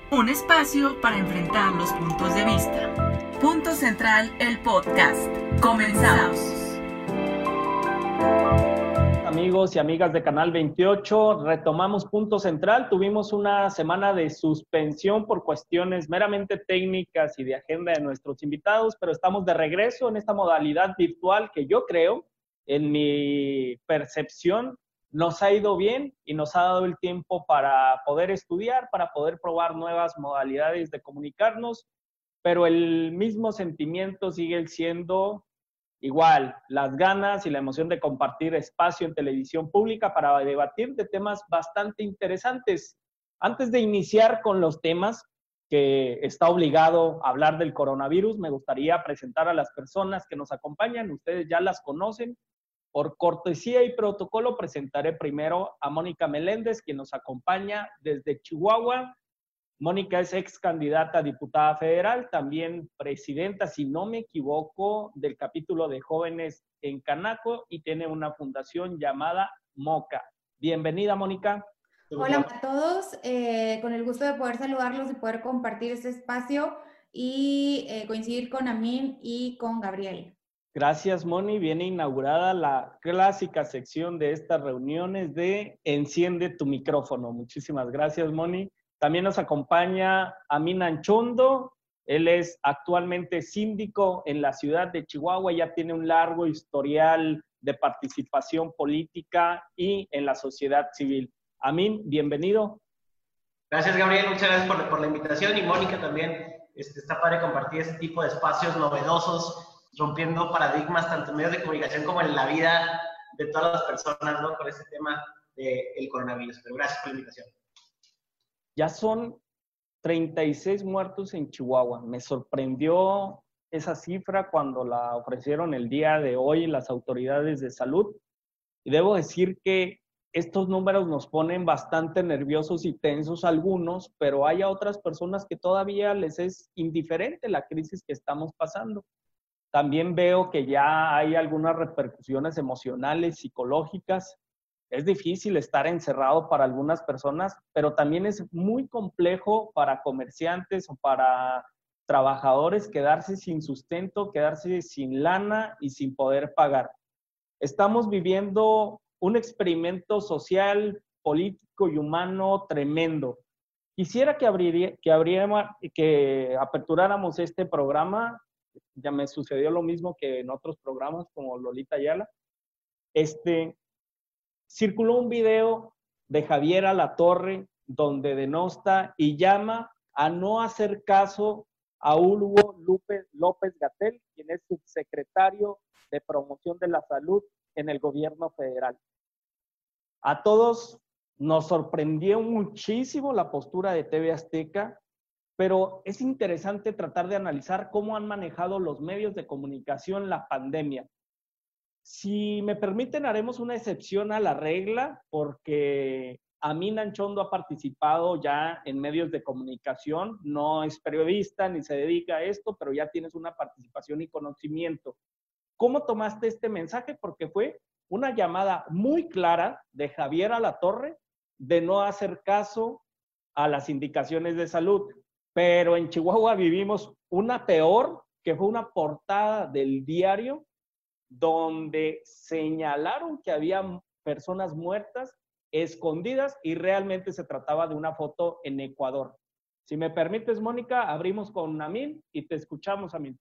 Un espacio para enfrentar los puntos de vista. Punto Central, el podcast. Comenzamos. Amigos y amigas de Canal 28, retomamos Punto Central. Tuvimos una semana de suspensión por cuestiones meramente técnicas y de agenda de nuestros invitados, pero estamos de regreso en esta modalidad virtual que yo creo, en mi percepción, nos ha ido bien y nos ha dado el tiempo para poder estudiar, para poder probar nuevas modalidades de comunicarnos, pero el mismo sentimiento sigue siendo igual, las ganas y la emoción de compartir espacio en televisión pública para debatir de temas bastante interesantes. Antes de iniciar con los temas que está obligado a hablar del coronavirus, me gustaría presentar a las personas que nos acompañan. Ustedes ya las conocen. Por cortesía y protocolo, presentaré primero a Mónica Meléndez, quien nos acompaña desde Chihuahua. Mónica es ex candidata a diputada federal, también presidenta, si no me equivoco, del capítulo de jóvenes en Canaco y tiene una fundación llamada MOCA. Bienvenida, Mónica. Hola a todos, con el gusto de poder saludarlos y poder compartir este espacio y coincidir con Amin y con Gabriel. Gracias, Moni. Viene inaugurada la clásica sección de estas reuniones de Enciende tu micrófono. Muchísimas gracias, Moni. También nos acompaña Amin Anchondo. Él es actualmente síndico en la ciudad de Chihuahua. Ya tiene un largo historial de participación política y en la sociedad civil. Amin, bienvenido. Gracias, Gabriel. Muchas gracias por la invitación. Y Mónica también. Está padre compartir este tipo de espacios novedosos, rompiendo paradigmas tanto en medios de comunicación como en la vida de todas las personas, ¿no? Por este tema del coronavirus. Pero gracias por la invitación. Ya son 36 muertos en Chihuahua. Me sorprendió esa cifra cuando la ofrecieron el día de hoy las autoridades de salud. Y debo decir que estos números nos ponen bastante nerviosos y tensos algunos, pero hay a otras personas que todavía les es indiferente la crisis que estamos pasando. También veo que ya hay algunas repercusiones emocionales, psicológicas. Es difícil estar encerrado para algunas personas, pero también es muy complejo para comerciantes o para trabajadores quedarse sin sustento, quedarse sin lana y sin poder pagar. Estamos viviendo un experimento social, político y humano tremendo. Quisiera que aperturáramos este programa. Ya me sucedió lo mismo que en otros programas como Lolita Ayala. Circuló un video de Javier Alatorre donde denosta y llama a no hacer caso a Hugo López-Gatell, quien es subsecretario de Promoción de la Salud en el gobierno federal. A todos nos sorprendió muchísimo la postura de TV Azteca, pero es interesante tratar de analizar cómo han manejado los medios de comunicación la pandemia. Si me permiten, haremos una excepción a la regla porque Amin Anchondo ha participado ya en medios de comunicación, no es periodista ni se dedica a esto, pero ya tienes una participación y conocimiento. ¿Cómo tomaste este mensaje? Porque fue una llamada muy clara de Javier Alatorre de no hacer caso a las indicaciones de salud. Pero en Chihuahua vivimos una peor, que fue una portada del diario donde señalaron que había personas muertas, escondidas, y realmente se trataba de una foto en Ecuador. Si me permites, Mónica, abrimos con Amin y te escuchamos, Amin.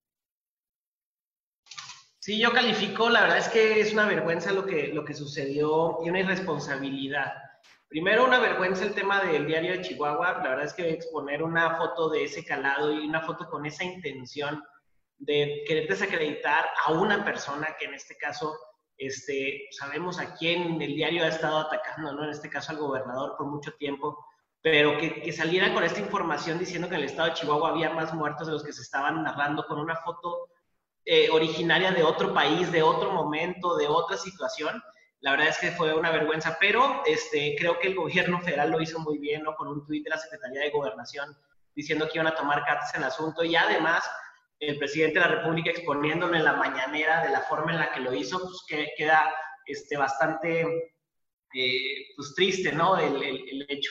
Sí, yo califico, la verdad es que es una vergüenza lo que sucedió y una irresponsabilidad. Primero, una vergüenza el tema del diario de Chihuahua. La verdad es que exponer una foto de ese calado y una foto con esa intención de querer desacreditar a una persona que en este caso sabemos a quién el diario ha estado atacando, ¿no? En este caso al gobernador por mucho tiempo, pero que saliera con esta información diciendo que en el estado de Chihuahua había más muertos de los que se estaban narrando con una foto originaria de otro país, de otro momento, de otra situación. La verdad es que fue una vergüenza, pero creo que el gobierno federal lo hizo muy bien, ¿no? Con un tuit de la Secretaría de Gobernación diciendo que iban a tomar cartas en el asunto, y además el presidente de la República exponiéndolo en la mañanera de la forma en la que lo hizo, pues que queda bastante pues triste, ¿no? El hecho.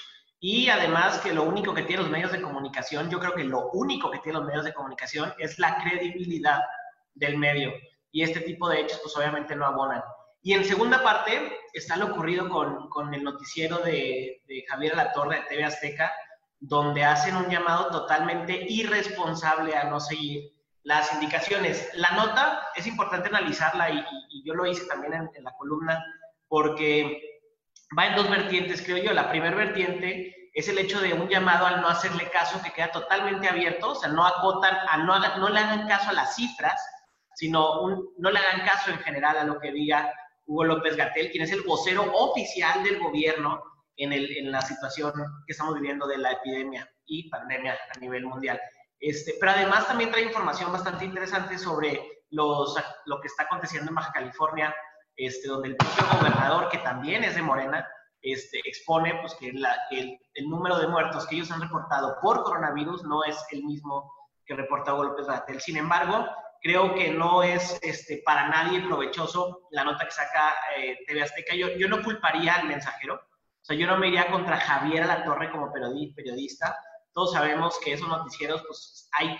Y además que lo único que tienen los medios de comunicación, yo creo que lo único que tienen los medios de comunicación es la credibilidad del medio. Y este tipo de hechos pues obviamente no abonan. Y en segunda parte está lo ocurrido con el noticiero de Javier Alatorre de TV Azteca, donde hacen un llamado totalmente irresponsable a no seguir las indicaciones. La nota es importante analizarla y yo lo hice también en la columna porque va en dos vertientes, creo yo. La primera vertiente es el hecho de un llamado al no hacerle caso que queda totalmente abierto, o sea, no acotan, no le hagan caso a las cifras, sino no le hagan caso en general a lo que diga Hugo López-Gatell, quien es el vocero oficial del gobierno en la situación que estamos viviendo de la epidemia y pandemia a nivel mundial. Pero además también trae información bastante interesante sobre lo que está aconteciendo en Baja California, donde el propio gobernador, que también es de Morena, expone pues, que el número de muertos que ellos han reportado por coronavirus no es el mismo que reporta Hugo López-Gatell. Sin embargo, creo que no es para nadie provechoso la nota que saca TV Azteca. Yo no culparía al mensajero, o sea, yo no me iría contra Javier Alatorre como periodista. Todos sabemos que esos noticieros, pues hay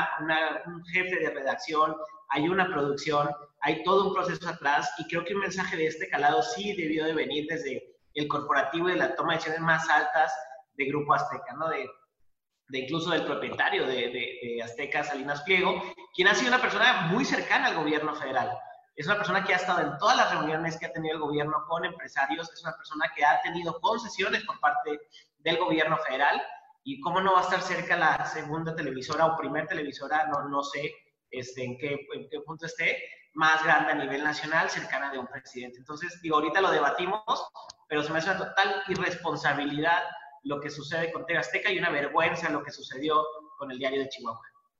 un jefe de redacción, hay una producción, hay todo un proceso atrás, y creo que un mensaje de este calado sí debió de venir desde el corporativo y de la toma de decisiones más altas de Grupo Azteca, ¿no? De incluso del propietario de Azteca, Salinas Pliego, quien ha sido una persona muy cercana al gobierno federal. Es una persona que ha estado en todas las reuniones que ha tenido el gobierno con empresarios, es una persona que ha tenido concesiones por parte del gobierno federal, y cómo no va a estar cerca la segunda televisora o primer televisora, no sé en qué punto esté, más grande a nivel nacional, cercana de un presidente. Entonces, digo, ahorita lo debatimos, pero se me hace una total irresponsabilidad lo que sucede con TV Azteca y una vergüenza lo que sucedió con el Diario de Chihuahua.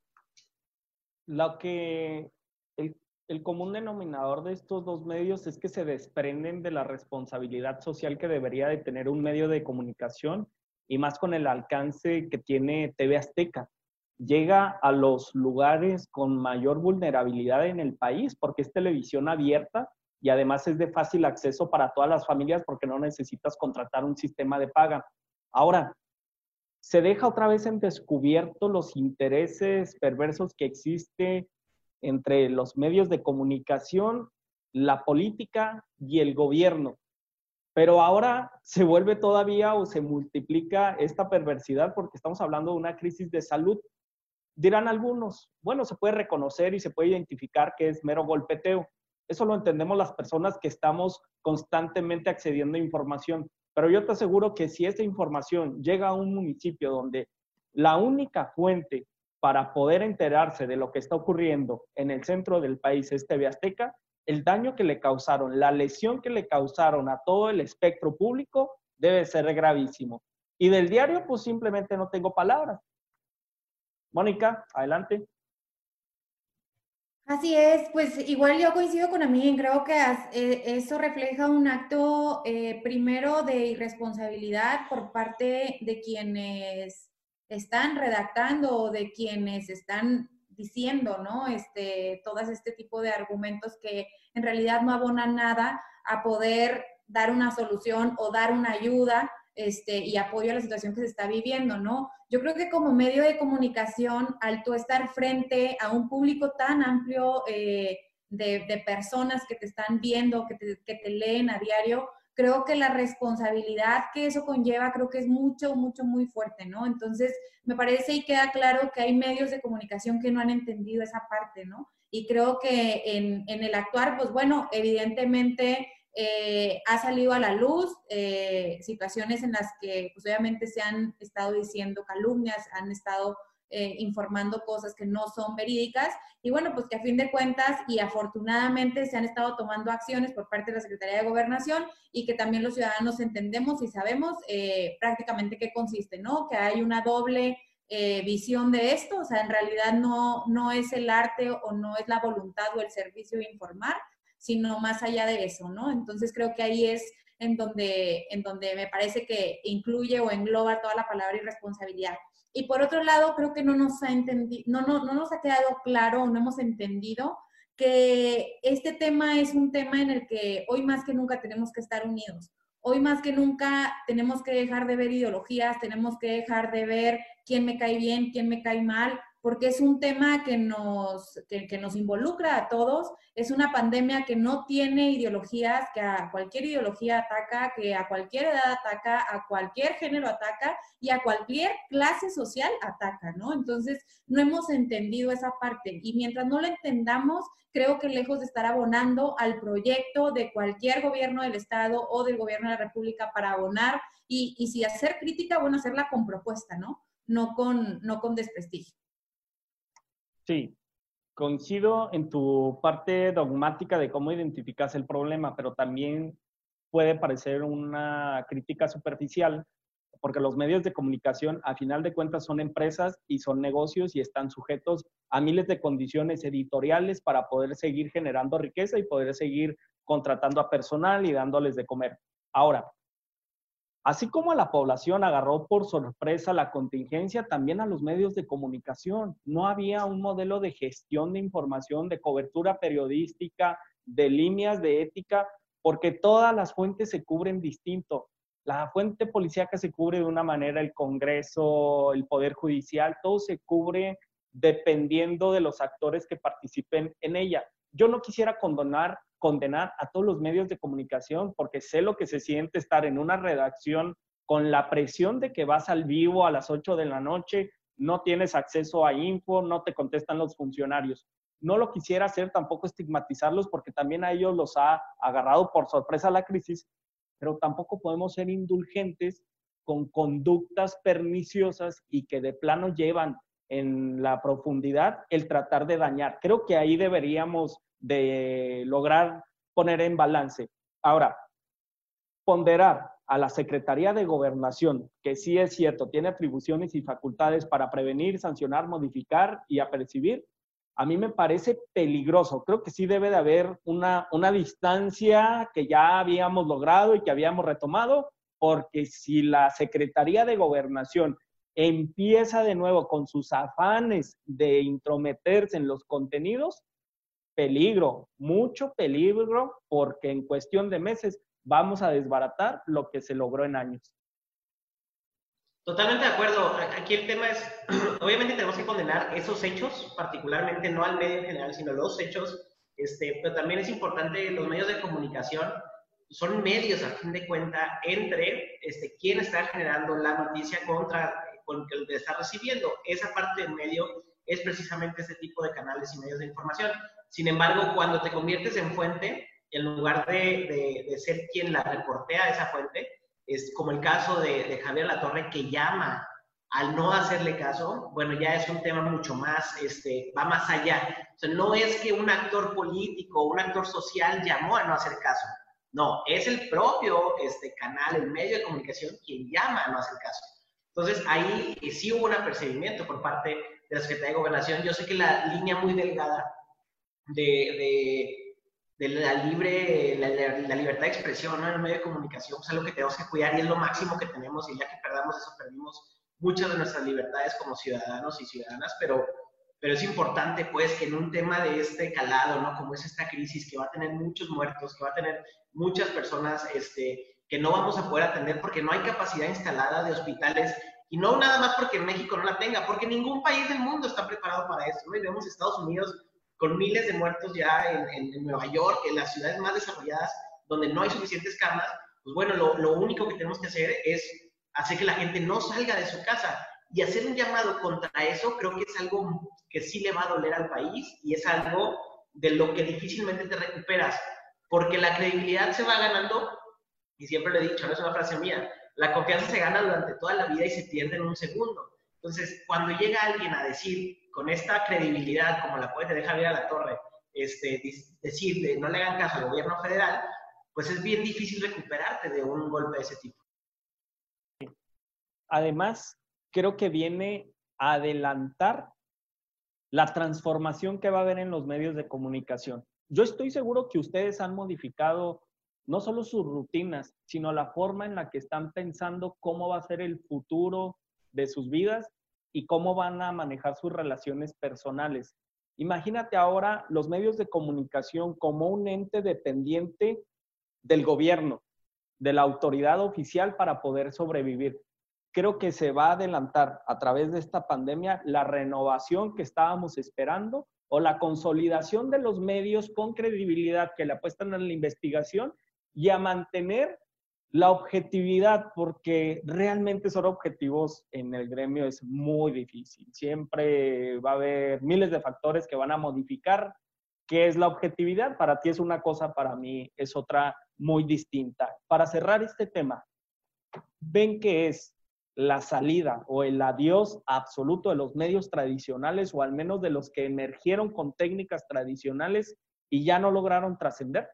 El común denominador de estos dos medios es que se desprenden de la responsabilidad social que debería de tener un medio de comunicación, y más con el alcance que tiene TV Azteca. Llega a los lugares con mayor vulnerabilidad en el país porque es televisión abierta y además es de fácil acceso para todas las familias porque no necesitas contratar un sistema de paga. Ahora, se deja otra vez en descubierto los intereses perversos que existen entre los medios de comunicación, la política y el gobierno. Pero ahora se vuelve todavía o se multiplica esta perversidad porque estamos hablando de una crisis de salud. Dirán algunos, bueno, se puede reconocer y se puede identificar que es mero golpeteo. Eso lo entendemos las personas que estamos constantemente accediendo a información. Pero yo te aseguro que si esa información llega a un municipio donde la única fuente para poder enterarse de lo que está ocurriendo en el centro del país es TV Azteca, el daño que le causaron, la lesión que le causaron a todo el espectro público debe ser gravísimo. Y del diario, pues simplemente no tengo palabras. Mónica, adelante. Así es, pues igual yo coincido con Amin, creo que eso refleja un acto primero de irresponsabilidad por parte de quienes están redactando o de quienes están diciendo, ¿no? Todas este tipo de argumentos que en realidad no abonan nada a poder dar una solución o dar una ayuda y apoyo a la situación que se está viviendo, ¿no? Yo creo que como medio de comunicación, al tú estar frente a un público tan amplio de personas que te están viendo, que te leen a diario, creo que la responsabilidad que eso conlleva, creo que es mucho, muy fuerte, ¿no? Entonces, me parece y queda claro que hay medios de comunicación que no han entendido esa parte, ¿no? Y creo que en el actuar, pues bueno, evidentemente ha salido a la luz situaciones en las que pues obviamente se han estado diciendo calumnias, han estado informando cosas que no son verídicas, y bueno, pues que a fin de cuentas y afortunadamente se han estado tomando acciones por parte de la Secretaría de Gobernación y que también los ciudadanos entendemos y sabemos prácticamente qué consiste, ¿no? Que hay una doble visión de esto, o sea, en realidad no es el arte o no es la voluntad o el servicio de informar, sino más allá de eso, ¿no? Entonces creo que ahí es en donde me parece que incluye o engloba toda la palabra irresponsabilidad. Y por otro lado, creo que no nos ha quedado claro o no hemos entendido que este tema es un tema en el que hoy más que nunca tenemos que estar unidos. hoy más que nunca tenemos que dejar de ver ideologías, tenemos que dejar de ver quién me cae bien, quién me cae mal, porque es un tema que nos involucra a todos, es una pandemia que no tiene ideologías, que a cualquier ideología ataca, que a cualquier edad ataca, a cualquier género ataca y a cualquier clase social ataca, ¿no? Entonces, no hemos entendido esa parte y mientras no lo entendamos, creo que lejos de estar abonando al proyecto de cualquier gobierno del Estado o del gobierno de la República para abonar y si hacer crítica, bueno, hacerla con propuesta, ¿no? No con desprestigio. Sí, coincido en tu parte dogmática de cómo identificas el problema, pero también puede parecer una crítica superficial, porque los medios de comunicación, a final de cuentas, son empresas y son negocios y están sujetos a miles de condiciones editoriales para poder seguir generando riqueza y poder seguir contratando a personal y dándoles de comer. Ahora, así como a la población agarró por sorpresa la contingencia, también a los medios de comunicación. No había un modelo de gestión de información, de cobertura periodística, de líneas de ética, porque todas las fuentes se cubren distinto. La fuente policíaca se cubre de una manera, el Congreso, el Poder Judicial, todo se cubre dependiendo de los actores que participen en ella. Yo no quisiera condenar a todos los medios de comunicación porque sé lo que se siente estar en una redacción con la presión de que vas al vivo a las 8 de la noche, no tienes acceso a info, no te contestan los funcionarios. No lo quisiera hacer, tampoco estigmatizarlos porque también a ellos los ha agarrado por sorpresa la crisis, pero tampoco podemos ser indulgentes con conductas perniciosas y que de plano llevan en la profundidad el tratar de dañar. Creo que ahí deberíamos de lograr poner en balance. Ahora, ponderar a la Secretaría de Gobernación, que sí es cierto, tiene atribuciones y facultades para prevenir, sancionar, modificar y apercibir, a mí me parece peligroso. Creo que sí debe de haber una distancia que ya habíamos logrado y que habíamos retomado, porque si la Secretaría de Gobernación empieza de nuevo con sus afanes de intrometerse en los contenidos, peligro, mucho peligro, porque en cuestión de meses vamos a desbaratar lo que se logró en años. Totalmente de acuerdo. Aquí el tema es, obviamente tenemos que condenar esos hechos, particularmente no al medio en general, sino los hechos, pero también es importante, los medios de comunicación son medios, a fin de cuenta, entre quién está generando la noticia con el que está recibiendo. Esa parte del medio es precisamente ese tipo de canales y medios de información. Sin embargo, cuando te conviertes en fuente, en lugar de ser quien la reportea esa fuente, es como el caso de Javier Alatorre, que llama al no hacerle caso, bueno, ya es un tema mucho más, va más allá. O sea, no es que un actor político, un actor social llamó a no hacer caso. No, es el propio canal, el medio de comunicación, quien llama a no hacer caso. Entonces, ahí sí hubo un apercibimiento por parte de la Secretaría de Gobernación. Yo sé que la línea muy delgada de la libertad de expresión, ¿no?, en el medio de comunicación, pues es algo que tenemos que cuidar y es lo máximo que tenemos, y ya que perdamos eso, perdimos muchas de nuestras libertades como ciudadanos y ciudadanas, pero es importante, pues, que en un tema de este calado, ¿no?, como es esta crisis, que va a tener muchos muertos, que va a tener muchas personas que no vamos a poder atender porque no hay capacidad instalada de hospitales, y no nada más porque México no la tenga, porque ningún país del mundo está preparado para esto, ¿no? Y vemos Estados Unidos con miles de muertos ya en Nueva York, en las ciudades más desarrolladas, donde no hay suficientes camas. Pues bueno, lo único que tenemos que hacer es hacer que la gente no salga de su casa, y hacer un llamado contra eso. Creo que es algo que sí le va a doler al país, y es algo de lo que difícilmente te recuperas, porque la credibilidad se va ganando, y siempre lo he dicho, no es una frase mía, la confianza se gana durante toda la vida y se pierde en un segundo. Entonces, cuando llega alguien a decir, con esta credibilidad, como la puede tener Javier Alatorre, decirle no le hagan caso al gobierno federal, pues es bien difícil recuperarte de un golpe de ese tipo. Además, creo que viene a adelantar la transformación que va a haber en los medios de comunicación. Yo estoy seguro que ustedes han modificado no solo sus rutinas, sino la forma en la que están pensando cómo va a ser el futuro de sus vidas y cómo van a manejar sus relaciones personales. Imagínate ahora los medios de comunicación como un ente dependiente del gobierno de la autoridad oficial para poder sobrevivir. Creo que se va a adelantar a través de esta pandemia la renovación que estábamos esperando o la consolidación de los medios con credibilidad que le apuestan a la investigación y a mantener la objetividad, porque realmente ser objetivos en el gremio es muy difícil. Siempre va a haber miles de factores que van a modificar qué es la objetividad. Para ti es una cosa, para mí es otra muy distinta. Para cerrar este tema, ¿ven que es la salida o el adiós absoluto de los medios tradicionales, o al menos de los que emergieron con técnicas tradicionales y ya no lograron trascender?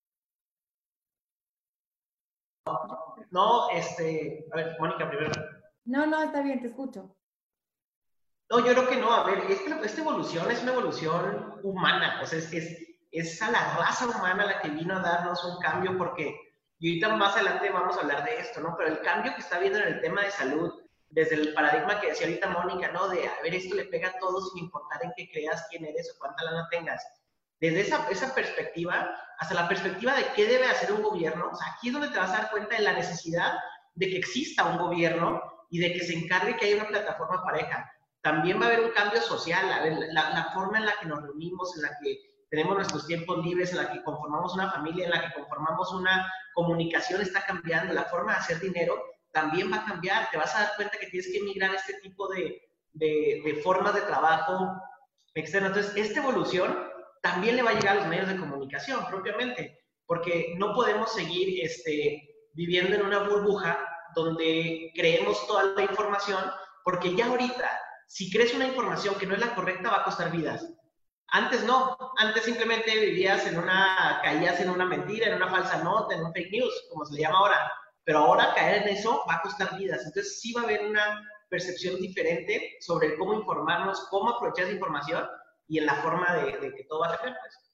No, a ver, Mónica primero. No, está bien, te escucho. No, yo creo que no. A ver, esta evolución es una evolución humana. O sea, es a la raza humana la que vino a darnos un cambio, porque, y ahorita más adelante vamos a hablar de esto, ¿no? Pero el cambio que está habiendo en el tema de salud, desde el paradigma que decía ahorita Mónica, ¿no? De, a ver, esto le pega a todos sin importar en qué creas, quién eres o cuánta lana tengas. Desde esa perspectiva, hasta la perspectiva de qué debe hacer un gobierno, o sea, aquí es donde te vas a dar cuenta de la necesidad de que exista un gobierno y de que se encargue que haya una plataforma pareja. También va a haber un cambio social, a ver, la forma en la que nos reunimos, en la que tenemos nuestros tiempos libres, en la que conformamos una familia, en la que conformamos una comunicación está cambiando, la forma de hacer dinero también va a cambiar. Te vas a dar cuenta que tienes que migrar a este tipo de formas de trabajo externas. Entonces, esta evolución también le va a llegar a los medios de comunicación propiamente, porque no podemos seguir viviendo en una burbuja donde creemos toda la información, porque ya ahorita, si crees una información que no es la correcta, va a costar vidas. Antes no, antes simplemente caías en una mentira, en una falsa nota, en un fake news, como se le llama ahora, pero ahora caer en eso va a costar vidas. Entonces sí va a haber una percepción diferente sobre cómo informarnos, cómo aprovechar esa información y en la forma de que todo va a ser, pues.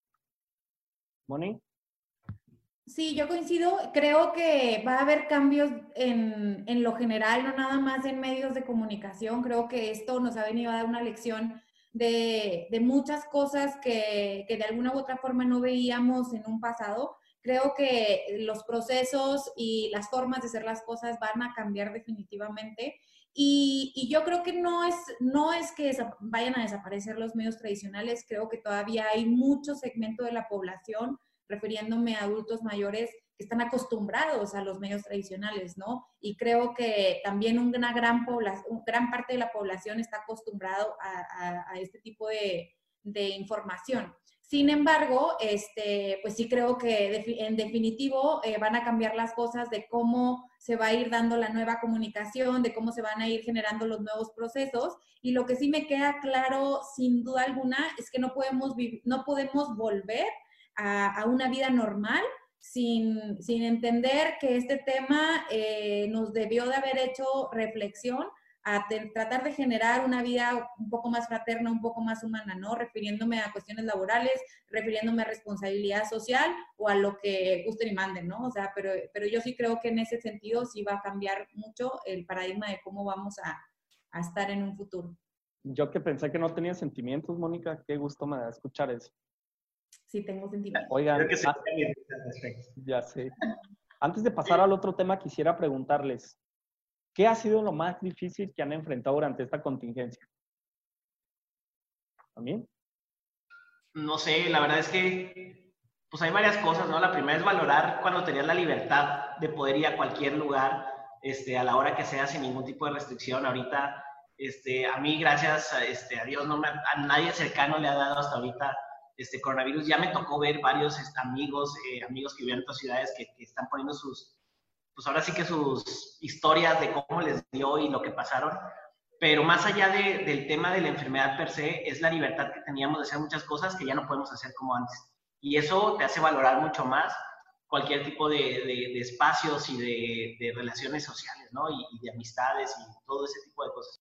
¿Moni? Sí, yo coincido. Creo que va a haber cambios en lo general, no nada más en medios de comunicación. Creo que esto nos ha venido a dar una lección de muchas cosas que de alguna u otra forma no veíamos en un pasado. Creo que los procesos y las formas de hacer las cosas van a cambiar definitivamente. Y yo creo que no es que vayan a desaparecer los medios tradicionales. Creo que todavía hay mucho segmento de la población, refiriéndome a adultos mayores, que están acostumbrados a los medios tradicionales, ¿no? Y creo que también una gran parte de la población está acostumbrado a este tipo de información. Sin embargo, pues sí creo que en definitivo van a cambiar las cosas de cómo se va a ir dando la nueva comunicación, de cómo se van a ir generando los nuevos procesos. Y lo que sí me queda claro, sin duda alguna, es que no podemos volver a una vida normal sin entender que este tema nos debió de haber hecho reflexión a tratar de generar una vida un poco más fraterna, un poco más humana, ¿no? Refiriéndome a cuestiones laborales, refiriéndome a responsabilidad social o a lo que gusten y manden, ¿no? O sea, pero yo sí creo que en ese sentido sí va a cambiar mucho el paradigma de cómo vamos a estar en un futuro. Yo que pensé que no tenía sentimientos, Mónica, qué gusto me da escuchar eso. Sí, tengo sentimientos. Oigan, Creo que sí, ya sé. Antes de pasar al otro tema, quisiera preguntarles, ¿qué ha sido lo más difícil que han enfrentado durante esta contingencia? ¿También? No sé, la verdad es que pues hay varias cosas, ¿no? La primera es valorar cuando tenías la libertad de poder ir a cualquier lugar a la hora que sea sin ningún tipo de restricción. Ahorita, a mí, gracias a Dios, a nadie cercano le ha dado hasta ahorita coronavirus. Ya me tocó ver varios amigos que viven en otras ciudades que están poniendo pues ahora sí que sus historias de cómo les dio y lo que pasaron. Pero más allá del tema de la enfermedad per se, es la libertad que teníamos de hacer muchas cosas que ya no podemos hacer como antes. Y eso te hace valorar mucho más cualquier tipo de espacios y de relaciones sociales, ¿no? Y de amistades y todo ese tipo de cosas.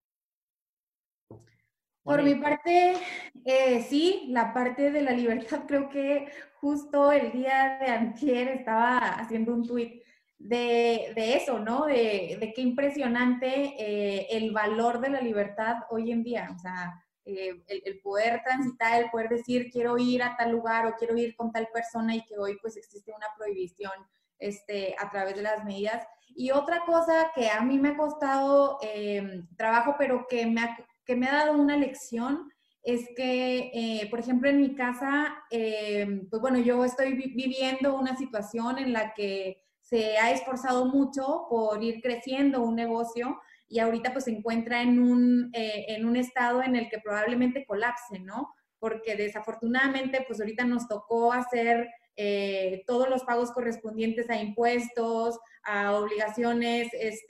Por mi parte, sí, la parte de la libertad, creo que justo el día de antier estaba haciendo un tuit de eso, ¿no? De qué impresionante el valor de la libertad hoy en día. O sea, el poder transitar, el poder decir quiero ir a tal lugar o quiero ir con tal persona y que hoy pues existe una prohibición a través de las medidas. Y otra cosa que a mí me ha costado trabajo, pero que me ha dado una lección, es que, por ejemplo, en mi casa, pues bueno, yo estoy viviendo una situación en la que se ha esforzado mucho por ir creciendo un negocio y ahorita pues se encuentra en un estado en el que probablemente colapse, ¿no? Porque desafortunadamente pues ahorita nos tocó hacer todos los pagos correspondientes a impuestos, a obligaciones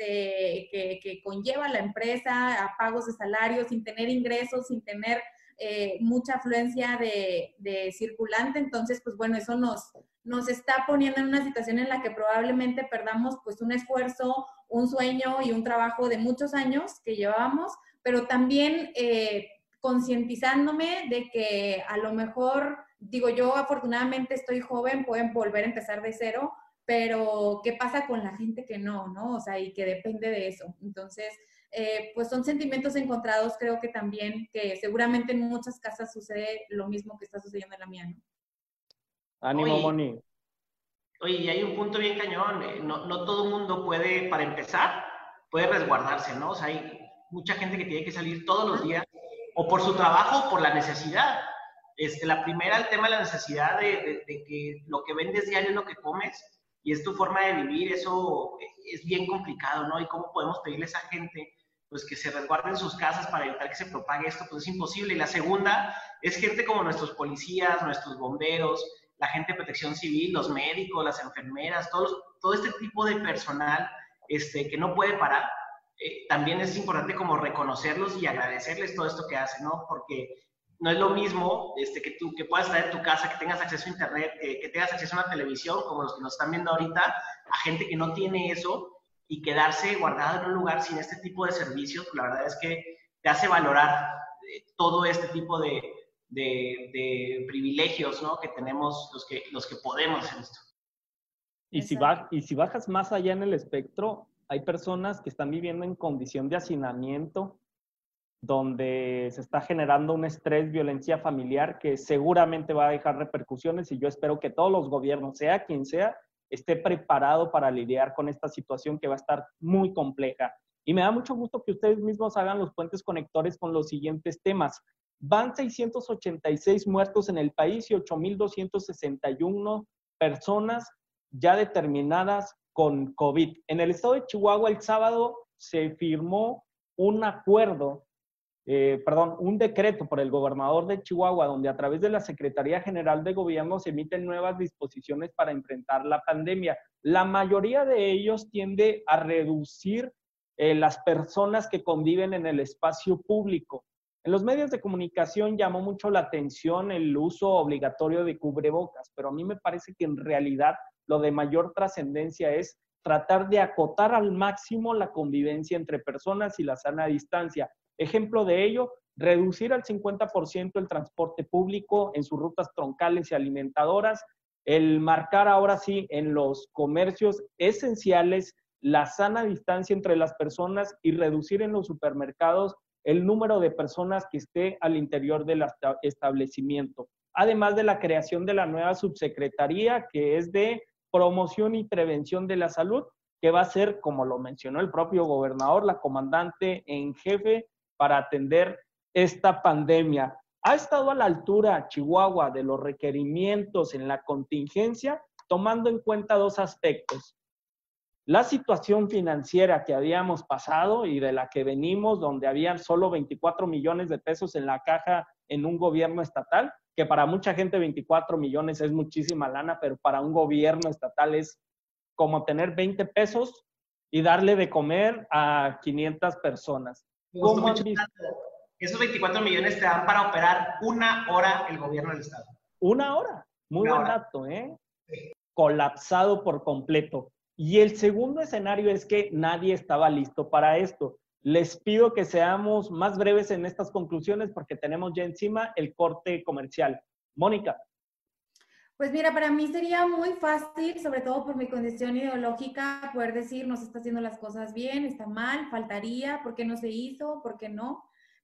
que conlleva la empresa, a pagos de salarios, sin tener ingresos, sin tener mucha afluencia de circulante. Entonces, pues bueno, eso nos está poniendo en una situación en la que probablemente perdamos pues un esfuerzo, un sueño y un trabajo de muchos años que llevábamos, pero también concientizándome de que a lo mejor, digo, yo afortunadamente estoy joven, pueden volver a empezar de cero, pero ¿qué pasa con la gente que no? O sea, y que depende de eso. Entonces, pues son sentimientos encontrados, creo que también, que seguramente en muchas casas sucede lo mismo que está sucediendo en la mía, ¿no? Ánimo, Moni. Oye, y hay un punto bien cañón, no todo el mundo puede, para empezar, puede resguardarse, ¿no? O sea, hay mucha gente que tiene que salir todos los días, o por su trabajo o por la necesidad. La primera, el tema de la necesidad de que lo que vendes diario es lo que comes, y es tu forma de vivir, eso es bien complicado, ¿no? Y cómo podemos pedirle a esa gente pues que se resguarden en sus casas para evitar que se propague esto, pues es imposible. Y la segunda es gente como nuestros policías, nuestros bomberos, la gente de protección civil, los médicos, las enfermeras, todo este tipo de personal que no puede parar. También es importante como reconocerlos y agradecerles todo esto que hacen, ¿no? Porque no es lo mismo que puedas estar en tu casa, que tengas acceso a internet, que tengas acceso a una televisión, como los que nos están viendo ahorita, a gente que no tiene eso y quedarse guardado en un lugar sin este tipo de servicios. Pues la verdad es que te hace valorar todo este tipo de privilegios, ¿no? Que tenemos los que podemos en esto. Y si bajas más allá en el espectro, hay personas que están viviendo en condición de hacinamiento, donde se está generando un estrés, violencia familiar que seguramente va a dejar repercusiones, y yo espero que todos los gobiernos, sea quien sea, esté preparado para lidiar con esta situación que va a estar muy compleja. Y me da mucho gusto que ustedes mismos hagan los puentes conectores con los siguientes temas. Van 686 muertos en el país y 8,261 personas ya determinadas con COVID. En el estado de Chihuahua, el sábado se firmó un decreto por el gobernador de Chihuahua, donde a través de la Secretaría General de Gobierno se emiten nuevas disposiciones para enfrentar la pandemia. La mayoría de ellos tiende a reducir las personas que conviven en el espacio público. En los medios de comunicación llamó mucho la atención el uso obligatorio de cubrebocas, pero a mí me parece que en realidad lo de mayor trascendencia es tratar de acotar al máximo la convivencia entre personas y la sana distancia. Ejemplo de ello, reducir al 50% el transporte público en sus rutas troncales y alimentadoras, el marcar ahora sí en los comercios esenciales la sana distancia entre las personas y reducir en los supermercados el número de personas que esté al interior del establecimiento. Además de la creación de la nueva subsecretaría, que es de promoción y prevención de la salud, que va a ser, como lo mencionó el propio gobernador, la comandante en jefe para atender esta pandemia. ¿Ha estado a la altura Chihuahua de los requerimientos en la contingencia? Tomando en cuenta dos aspectos. La situación financiera que habíamos pasado y de la que venimos, donde habían solo 24 millones de pesos en la caja en un gobierno estatal, que para mucha gente 24 millones es muchísima lana, pero para un gobierno estatal es como tener 20 pesos y darle de comer a 500 personas. ¿Cómo han visto? Esos 24 millones te dan para operar 1 hora el gobierno del estado. 1 hora. Muy buen dato, ¿eh? Sí. Colapsado por completo. Y el segundo escenario es que nadie estaba listo para esto. Les pido que seamos más breves en estas conclusiones porque tenemos ya encima el corte comercial. Mónica. Pues mira, para mí sería muy fácil, sobre todo por mi condición ideológica, poder decir no se está haciendo las cosas bien, está mal, faltaría, ¿por qué no se hizo? ¿Por qué no?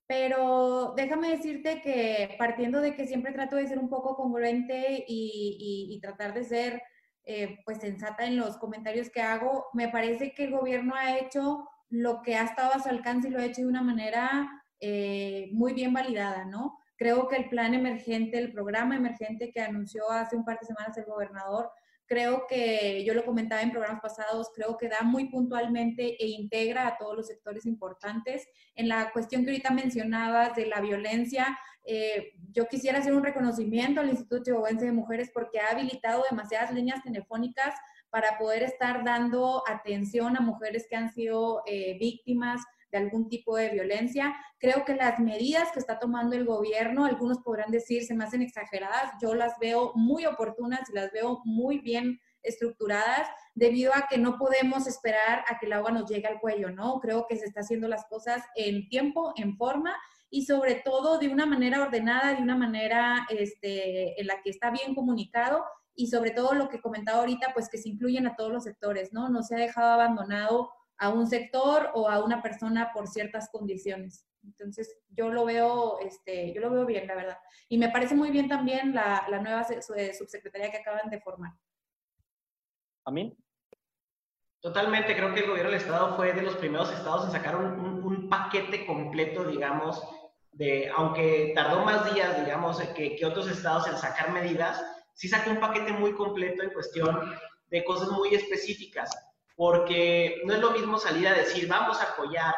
Pero déjame decirte que partiendo de que siempre trato de ser un poco congruente y tratar de ser pues sensata en los comentarios que hago. Me parece que el gobierno ha hecho lo que ha estado a su alcance y lo ha hecho de una manera muy bien validada, ¿no? Creo que el plan emergente, el programa emergente que anunció hace un par de semanas el gobernador, creo que, yo lo comentaba en programas pasados, creo que da muy puntualmente e integra a todos los sectores importantes. En la cuestión que ahorita mencionabas de la violencia, yo quisiera hacer un reconocimiento al Instituto Chihuahuense de Mujeres porque ha habilitado demasiadas líneas telefónicas para poder estar dando atención a mujeres que han sido víctimas de algún tipo de violencia. Creo que las medidas que está tomando el gobierno, algunos podrán decir, se me hacen exageradas, yo las veo muy oportunas y las veo muy bien estructuradas, debido a que no podemos esperar a que el agua nos llegue al cuello, ¿no? Creo que se está haciendo las cosas en tiempo, en forma, y sobre todo de una manera ordenada, de una manera en la que está bien comunicado, y sobre todo lo que comentaba ahorita, pues que se incluyen a todos los sectores, ¿no? No se ha dejado abandonado a un sector o a una persona por ciertas condiciones. Entonces, yo lo veo bien, la verdad. Y me parece muy bien también la nueva subsecretaría que acaban de formar. ¿Amín? Totalmente, creo que el gobierno del estado fue de los primeros estados en sacar un paquete completo, digamos, aunque tardó más días, digamos, que otros estados en sacar medidas, sí sacó un paquete muy completo en cuestión de cosas muy específicas, porque no es lo mismo salir a decir, vamos a apoyar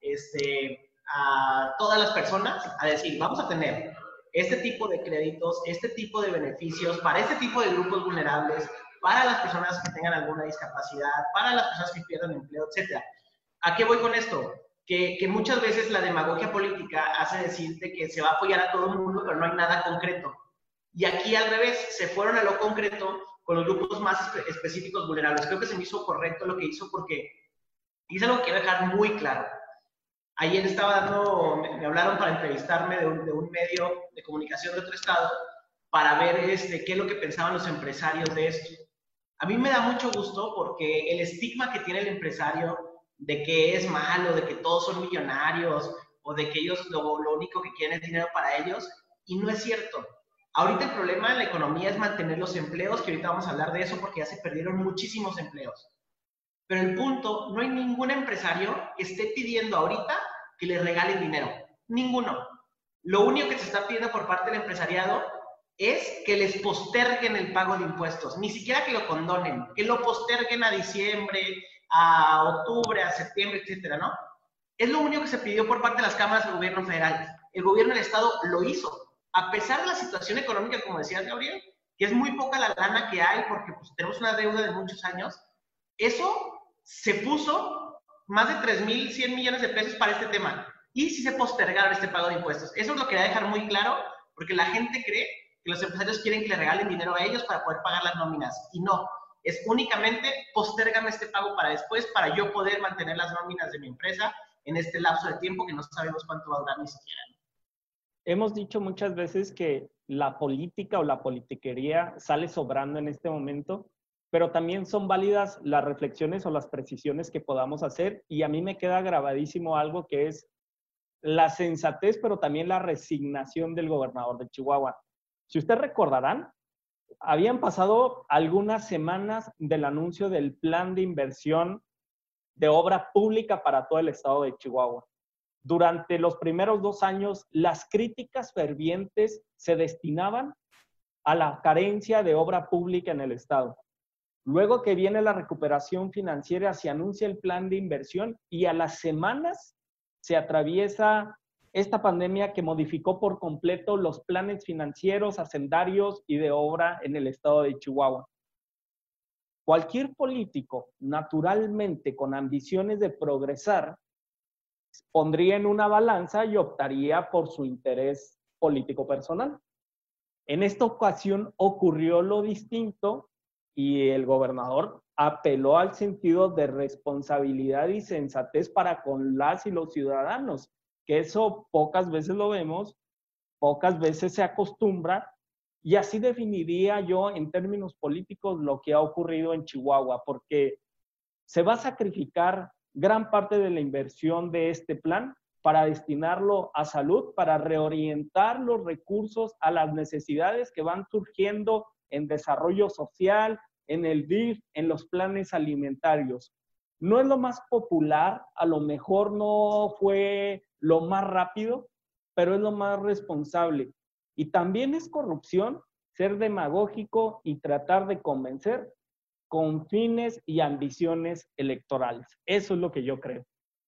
a todas las personas, a decir, vamos a tener este tipo de créditos, este tipo de beneficios para este tipo de grupos vulnerables, para las personas que tengan alguna discapacidad, para las personas que pierdan empleo, etc. ¿A qué voy con esto? Que muchas veces la demagogia política hace decirte que se va a apoyar a todo el mundo, pero no hay nada concreto. Y aquí al revés, se fueron a lo concreto con los grupos más específicos vulnerables. Creo que se me hizo correcto lo que hizo porque es algo que quiero dejar muy claro. Ayer me hablaron para entrevistarme de un medio de comunicación de otro estado para ver qué es lo que pensaban los empresarios de esto. A mí me da mucho gusto porque el estigma que tiene el empresario de que es malo, de que todos son millonarios o de que ellos lo único que quieren es dinero para ellos, y no es cierto. Ahorita el problema en la economía es mantener los empleos, que ahorita vamos a hablar de eso porque ya se perdieron muchísimos empleos. Pero el punto, no hay ningún empresario que esté pidiendo ahorita que le regalen dinero. Ninguno. Lo único que se está pidiendo por parte del empresariado es que les posterguen el pago de impuestos. Ni siquiera que lo condonen, que lo posterguen a diciembre, a octubre, a septiembre, etcétera, ¿no? Es lo único que se pidió por parte de las cámaras del gobierno federal. El gobierno del estado lo hizo. A pesar de la situación económica, como decía Gabriel, que es muy poca la lana que hay porque pues, tenemos una deuda de muchos años, eso se puso más de 3,100 millones de pesos para este tema. Y si se postergaron este pago de impuestos. Eso es lo que quería dejar muy claro, porque la gente cree que los empresarios quieren que le regalen dinero a ellos para poder pagar las nóminas. Y no, es únicamente postérgame este pago para después, para yo poder mantener las nóminas de mi empresa en este lapso de tiempo que no sabemos cuánto va a durar ni siquiera. Hemos dicho muchas veces que la política o la politiquería sale sobrando en este momento, pero también son válidas las reflexiones o las precisiones que podamos hacer, y a mí me queda grabadísimo algo que es la sensatez, pero también la resignación del gobernador de Chihuahua. Si ustedes recordarán, habían pasado algunas semanas del anuncio del plan de inversión de obra pública para todo el estado de Chihuahua. Durante los primeros 2 años, las críticas fervientes se destinaban a la carencia de obra pública en el estado. Luego que viene la recuperación financiera, se anuncia el plan de inversión y a las semanas se atraviesa esta pandemia que modificó por completo los planes financieros, hacendarios y de obra en el estado de Chihuahua. Cualquier político, naturalmente con ambiciones de progresar, pondría en una balanza y optaría por su interés político personal. En esta ocasión ocurrió lo distinto y el gobernador apeló al sentido de responsabilidad y sensatez para con las y los ciudadanos, que eso pocas veces lo vemos, pocas veces se acostumbra, y así definiría yo en términos políticos lo que ha ocurrido en Chihuahua, porque se va a sacrificar gran parte de la inversión de este plan para destinarlo a salud, para reorientar los recursos a las necesidades que van surgiendo en desarrollo social, en el DIF, en los planes alimentarios. No es lo más popular, a lo mejor no fue lo más rápido, pero es lo más responsable. Y también es corrupción ser demagógico y tratar de convencer con fines y ambiciones electorales. Eso es lo que yo creo.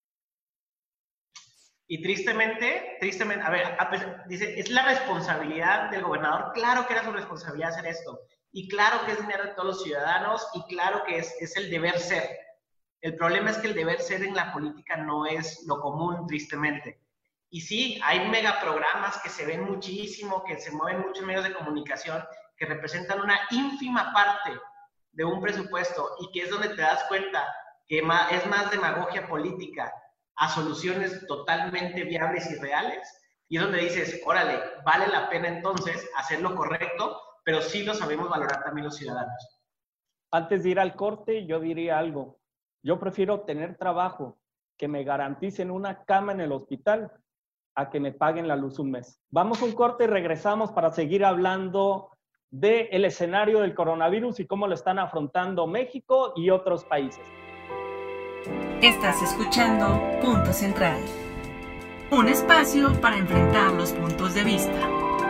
Y tristemente, a ver, dice, es la responsabilidad del gobernador. Claro que era su responsabilidad hacer esto. Y claro que es dinero de todos los ciudadanos y claro que es el deber ser. El problema es que el deber ser en la política no es lo común, tristemente. Y sí, hay megaprogramas que se ven muchísimo, que se mueven muchos medios de comunicación, que representan una ínfima parte de un presupuesto y que es donde te das cuenta que es más demagogia política a soluciones totalmente viables y reales. Y es donde dices, órale, vale la pena entonces hacer lo correcto, pero sí lo sabemos valorar también los ciudadanos. Antes de ir al corte, yo diría algo. Yo prefiero tener trabajo, que me garanticen una cama en el hospital, a que me paguen la luz un mes. Vamos a un corte y regresamos para seguir hablando del escenario del coronavirus y cómo lo están afrontando México y otros países. Estás escuchando Punto Central, un espacio para enfrentar los puntos de vista.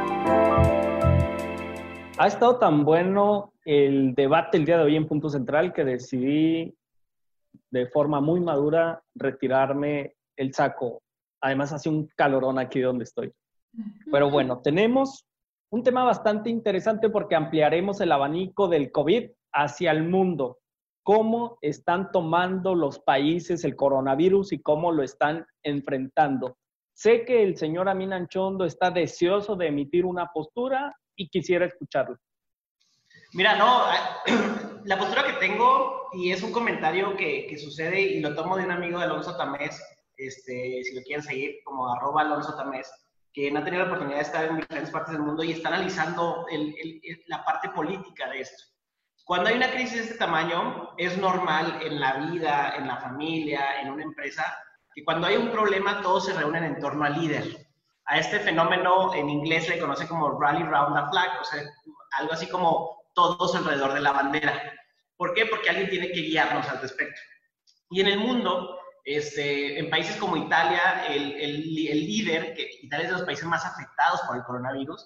Ha estado tan bueno el debate el día de hoy en Punto Central que decidí de forma muy madura retirarme el saco. Además hace un calorón aquí donde estoy. Pero bueno, tenemos un tema bastante interesante porque ampliaremos el abanico del COVID hacia el mundo. Cómo están tomando los países el coronavirus y cómo lo están enfrentando. Sé que el señor Amin Anchondo está deseoso de emitir una postura y quisiera escucharlo. Mira, no, la postura que tengo, y es un comentario que sucede y lo tomo de un amigo de Alonso Tamés, si lo quieren seguir como @AlonsoTamés, que no ha tenido la oportunidad de estar en diferentes partes del mundo y está analizando la parte política de esto. Cuando hay una crisis de este tamaño, es normal en la vida, en la familia, en una empresa, que cuando hay un problema todos se reúnen en torno al líder. A este fenómeno en inglés le conoce como rally round the flag, o sea, algo así como todos alrededor de la bandera. ¿Por qué? Porque alguien tiene que guiarnos al respecto. Y en el mundo, en países como Italia, el líder, que Italia es de los países más afectados por el coronavirus,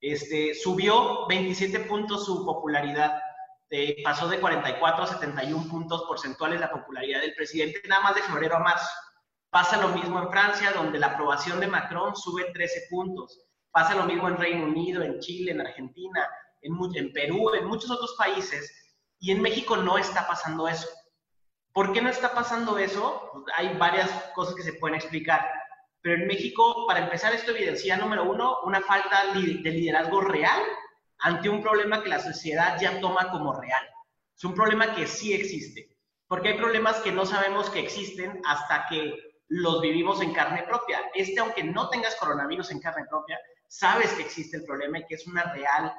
subió 27 puntos su popularidad. Pasó de 44 a 71 puntos porcentuales la popularidad del presidente nada más de febrero a marzo. Pasa lo mismo en Francia, donde la aprobación de Macron sube 13 puntos. Pasa lo mismo en Reino Unido, en Chile, en Argentina, en Perú, en muchos otros países. Y en México no está pasando eso. ¿Por qué no está pasando eso? Pues hay varias cosas que se pueden explicar. Pero en México, para empezar, esto evidencia, número uno, una falta de liderazgo real ante un problema que la sociedad ya toma como real. Es un problema que sí existe. Porque hay problemas que no sabemos que existen hasta que los vivimos en carne propia. Aunque no tengas coronavirus en carne propia, sabes que existe el problema y que es una real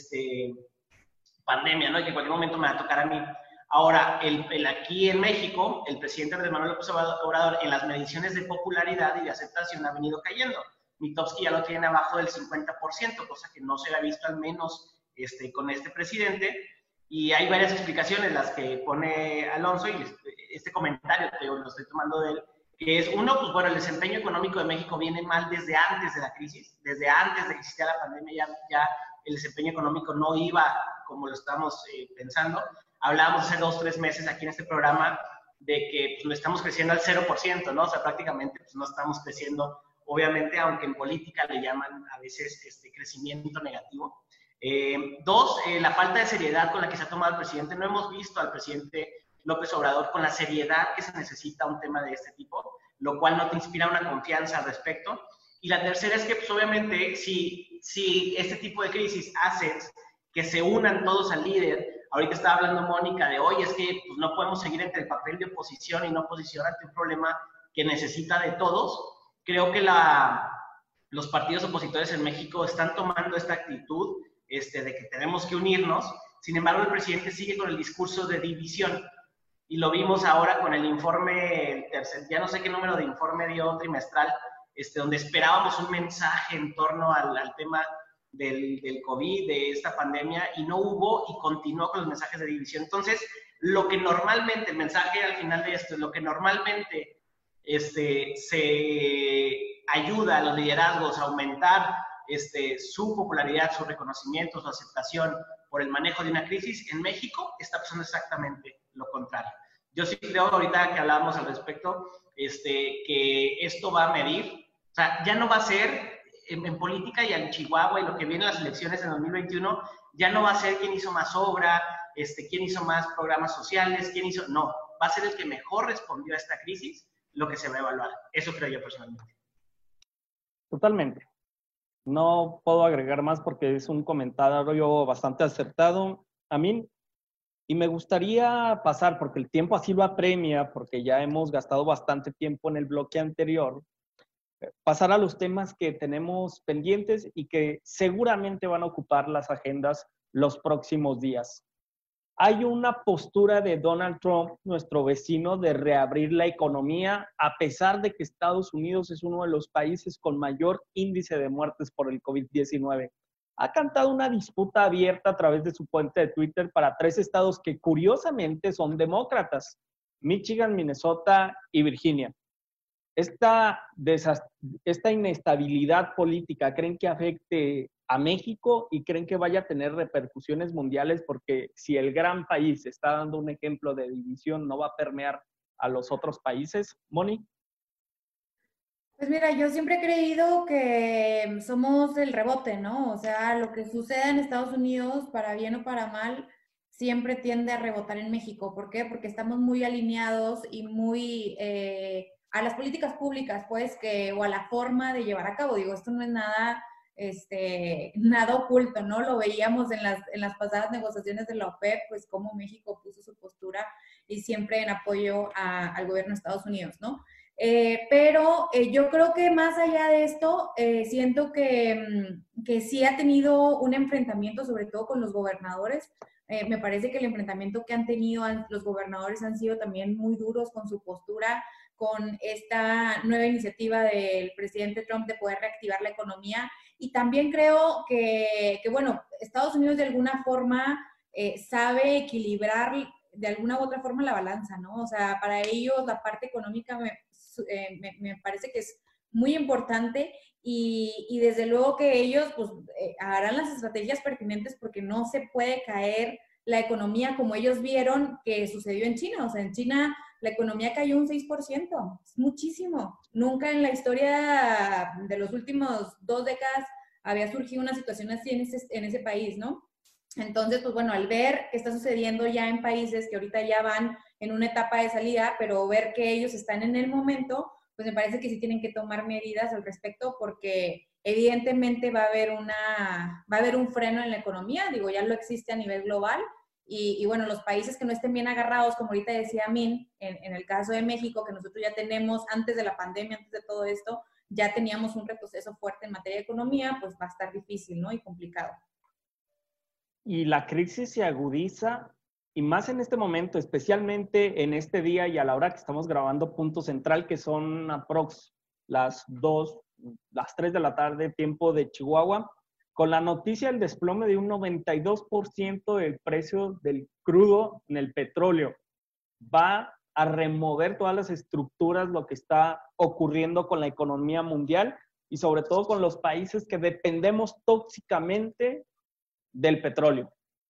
pandemia, ¿no? Y que en cualquier momento me va a tocar a mí. Ahora, aquí en México, el presidente Andrés Manuel López Obrador, en las mediciones de popularidad y de aceptación ha venido cayendo. Mitofsky ya lo tiene abajo del 50%, cosa que no se había visto al menos con este presidente. Y hay varias explicaciones, las que pone Alonso, y este comentario lo estoy tomando de él, que es uno, pues bueno, el desempeño económico de México viene mal desde antes de la crisis, desde antes de que existiera la pandemia ya el desempeño económico no iba como lo estamos pensando. Hablábamos hace 2 o 3 meses aquí en este programa de que pues, no estamos creciendo al 0%, ¿no? O sea, prácticamente pues, no estamos creciendo, obviamente, aunque en política le llaman a veces crecimiento negativo. 2, la falta de seriedad con la que se ha tomado el presidente. No hemos visto al presidente López Obrador con la seriedad que se necesita un tema de este tipo, lo cual no te inspira una confianza al respecto. Y la tercera es que, pues, obviamente, si este tipo de crisis hace que se unan todos al líder. Ahorita estaba hablando Mónica de, oye, es que pues, no podemos seguir entre el papel de oposición y no oposición ante un problema que necesita de todos. Creo que los partidos opositores en México están tomando esta actitud de que tenemos que unirnos. Sin embargo, el presidente sigue con el discurso de división. Y lo vimos ahora con el informe, ya no sé qué número de informe dio trimestral, donde esperábamos un mensaje en torno al tema del COVID, de esta pandemia, y no hubo, y continuó con los mensajes de división. Entonces, lo que normalmente, el mensaje al final de esto, lo que normalmente se ayuda a los liderazgos a aumentar su popularidad, su reconocimiento, su aceptación por el manejo de una crisis, en México está pasando exactamente lo contrario. Yo sí creo, ahorita que hablábamos al respecto, que esto va a medir, o sea, ya no va a ser en política y en Chihuahua y lo que viene en las elecciones en 2021, ya no va a ser quién hizo más obra, quién hizo más programas sociales, quién hizo, no, va a ser el que mejor respondió a esta crisis lo que se va a evaluar. Eso creo yo personalmente. Totalmente. No puedo agregar más porque es un comentario bastante acertado, Amin. Y me gustaría pasar, porque el tiempo así lo apremia, porque ya hemos gastado bastante tiempo en el bloque anterior, pasar a los temas que tenemos pendientes y que seguramente van a ocupar las agendas los próximos días. Hay una postura de Donald Trump, nuestro vecino, de reabrir la economía, a pesar de que Estados Unidos es uno de los países con mayor índice de muertes por el COVID-19. Ha cantado una disputa abierta a través de su cuenta de Twitter para 3 estados que curiosamente son demócratas: Michigan, Minnesota y Virginia. Esta inestabilidad política, ¿creen que afecte a México y creen que vaya a tener repercusiones mundiales? Porque si el gran país está dando un ejemplo de división, ¿no va a permear a los otros países? Moni. Pues mira, yo siempre he creído que somos el rebote, ¿no? O sea, lo que sucede en Estados Unidos, para bien o para mal, siempre tiende a rebotar en México. ¿Por qué? Porque estamos muy alineados y muy a las políticas públicas, pues, o a la forma de llevar a cabo. Digo, esto no es nada, nada oculto, ¿no? Lo veíamos en las pasadas negociaciones de la OPEP, pues, cómo México puso su postura y siempre en apoyo al gobierno de Estados Unidos, ¿no? Pero yo creo que más allá de esto, siento que sí ha tenido un enfrentamiento, sobre todo con los gobernadores. Me parece que el enfrentamiento que han tenido los gobernadores han sido también muy duros con su postura, con esta nueva iniciativa del presidente Trump de poder reactivar la economía. Y también creo que bueno, Estados Unidos de alguna forma sabe equilibrar de alguna u otra forma la balanza, ¿no? O sea, para ellos la parte económica me parece que es muy importante y desde luego que ellos pues harán las estrategias pertinentes porque no se puede caer la economía como ellos vieron que sucedió en China. O sea, en China la economía cayó un 6%, es muchísimo. Nunca en la historia de los últimos 2 décadas había surgido una situación así en ese país, ¿no? Entonces, pues bueno, al ver qué está sucediendo ya en países que ahorita ya van en una etapa de salida, pero ver que ellos están en el momento, pues me parece que sí tienen que tomar medidas al respecto porque evidentemente va a haber un freno en la economía, digo, ya lo existe a nivel global y bueno, los países que no estén bien agarrados, como ahorita decía Min, en el caso de México, que nosotros ya tenemos antes de la pandemia, antes de todo esto, ya teníamos un retroceso fuerte en materia de economía, pues va a estar difícil, ¿no? Y complicado. Y la crisis se agudiza, y más en este momento, especialmente en este día y a la hora que estamos grabando Punto Central, que son aprox las 3 de la tarde, tiempo de Chihuahua, con la noticia del desplome de un 92% del precio del crudo en el petróleo. Va a remover todas las estructuras, lo que está ocurriendo con la economía mundial y sobre todo con los países que dependemos tóxicamente del petróleo.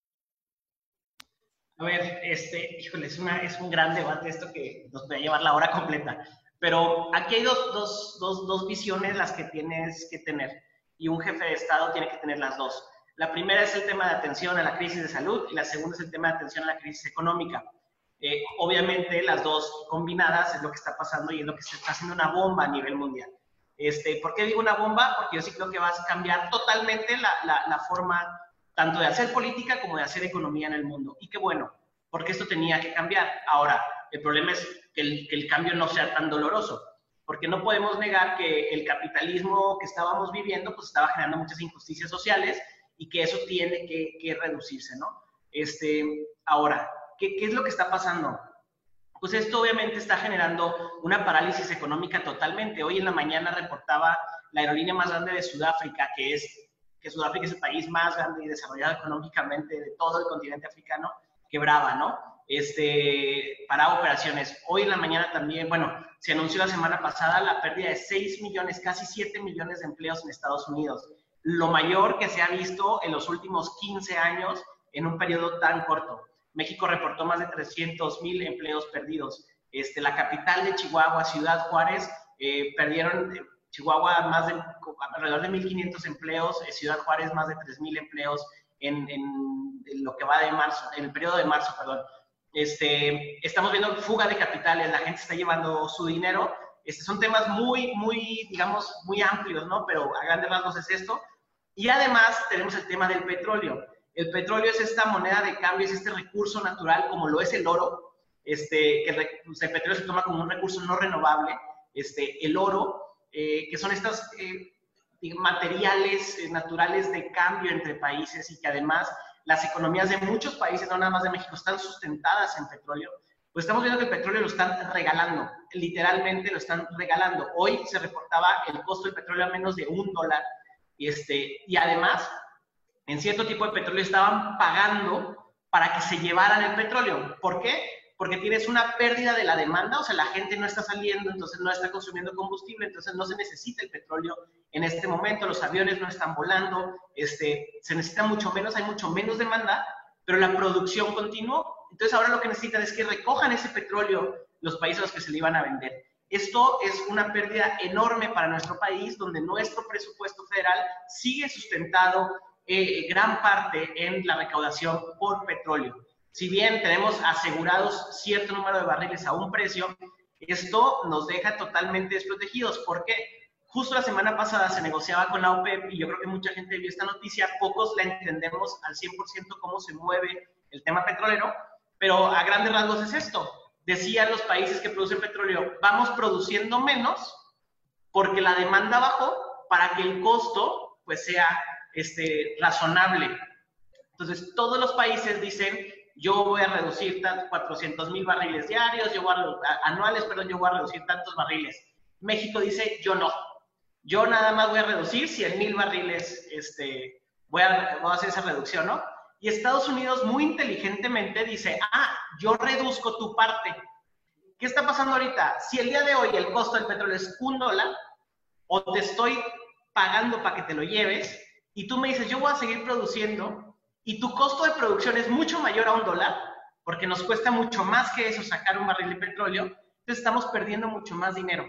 A ver, híjole, es un gran debate esto que nos puede llevar la hora completa. Pero aquí hay dos visiones las que tienes que tener. Y un jefe de Estado tiene que tener las dos. La primera es el tema de atención a la crisis de salud y la segunda es el tema de atención a la crisis económica. Obviamente las dos combinadas es lo que está pasando y es lo que se está haciendo una bomba a nivel mundial. ¿Por qué digo una bomba? Porque yo sí creo que va a cambiar totalmente la forma tanto de hacer política como de hacer economía en el mundo. Y qué bueno, porque esto tenía que cambiar. Ahora, el problema es que el cambio no sea tan doloroso, porque no podemos negar que el capitalismo que estábamos viviendo pues estaba generando muchas injusticias sociales y que eso tiene que reducirse, ¿no? Ahora, ¿qué es lo que está pasando? Pues esto obviamente está generando una parálisis económica totalmente. Hoy en la mañana reportaba la aerolínea más grande de Sudáfrica, que es que Sudáfrica es el país más grande y desarrollado económicamente de todo el continente africano, quebraba, ¿no? Para operaciones. Hoy en la mañana también, bueno, se anunció la semana pasada la pérdida de 6 millones, casi 7 millones de empleos en Estados Unidos. Lo mayor que se ha visto en los últimos 15 años en un periodo tan corto. México reportó más de 300,000 empleos perdidos. La capital de Chihuahua, Ciudad Juárez, perdieron Chihuahua alrededor de 1,500 empleos, Ciudad Juárez más de 3,000 empleos en lo que va de marzo, en el periodo de marzo, perdón. Estamos viendo fuga de capitales, la gente está llevando su dinero. Son temas muy, digamos, muy amplios, ¿no? Pero a grandes rasgos es esto. Y además tenemos el tema del petróleo. El petróleo es esta moneda de cambio, es este recurso natural, como lo es el oro, que el petróleo se toma como un recurso no renovable. El oro, que son estos materiales naturales de cambio entre países y que además las economías de muchos países, no nada más de México, están sustentadas en petróleo. Pues estamos viendo que el petróleo lo están regalando, literalmente lo están regalando. Hoy se reportaba el costo del petróleo a menos de $1, y además, en cierto tipo de petróleo estaban pagando para que se llevaran el petróleo. ¿Por qué? Porque tienes una pérdida de la demanda, o sea, la gente no está saliendo, entonces no está consumiendo combustible, entonces no se necesita el petróleo en este momento, los aviones no están volando, se necesita mucho menos, hay mucho menos demanda, pero la producción continuó. Entonces ahora lo que necesitan es que recojan ese petróleo los países a los que se le iban a vender. Esto es una pérdida enorme para nuestro país, donde nuestro presupuesto federal sigue sustentado gran parte en la recaudación por petróleo. Si bien tenemos asegurados cierto número de barriles a un precio, esto nos deja totalmente desprotegidos. ¿Por qué? Justo la semana pasada se negociaba con la OPEP y yo creo que mucha gente vio esta noticia, pocos la entendemos al 100% cómo se mueve el tema petrolero, pero a grandes rasgos es esto. Decían los países que producen petróleo, vamos produciendo menos porque la demanda bajó para que el costo pues sea razonable. Entonces todos los países dicen, yo voy a reducir 400,000 barriles diarios, anuales, yo voy a reducir tantos barriles. México dice, yo no. Yo nada más voy a reducir 100,000 barriles, voy a hacer esa reducción, ¿no? Y Estados Unidos muy inteligentemente dice, yo reduzco tu parte. ¿Qué está pasando ahorita? Si el día de hoy el costo del petróleo es $1, o te estoy pagando para que te lo lleves, y tú me dices, yo voy a seguir produciendo, y tu costo de producción es mucho mayor a $1, porque nos cuesta mucho más que eso sacar un barril de petróleo, entonces estamos perdiendo mucho más dinero.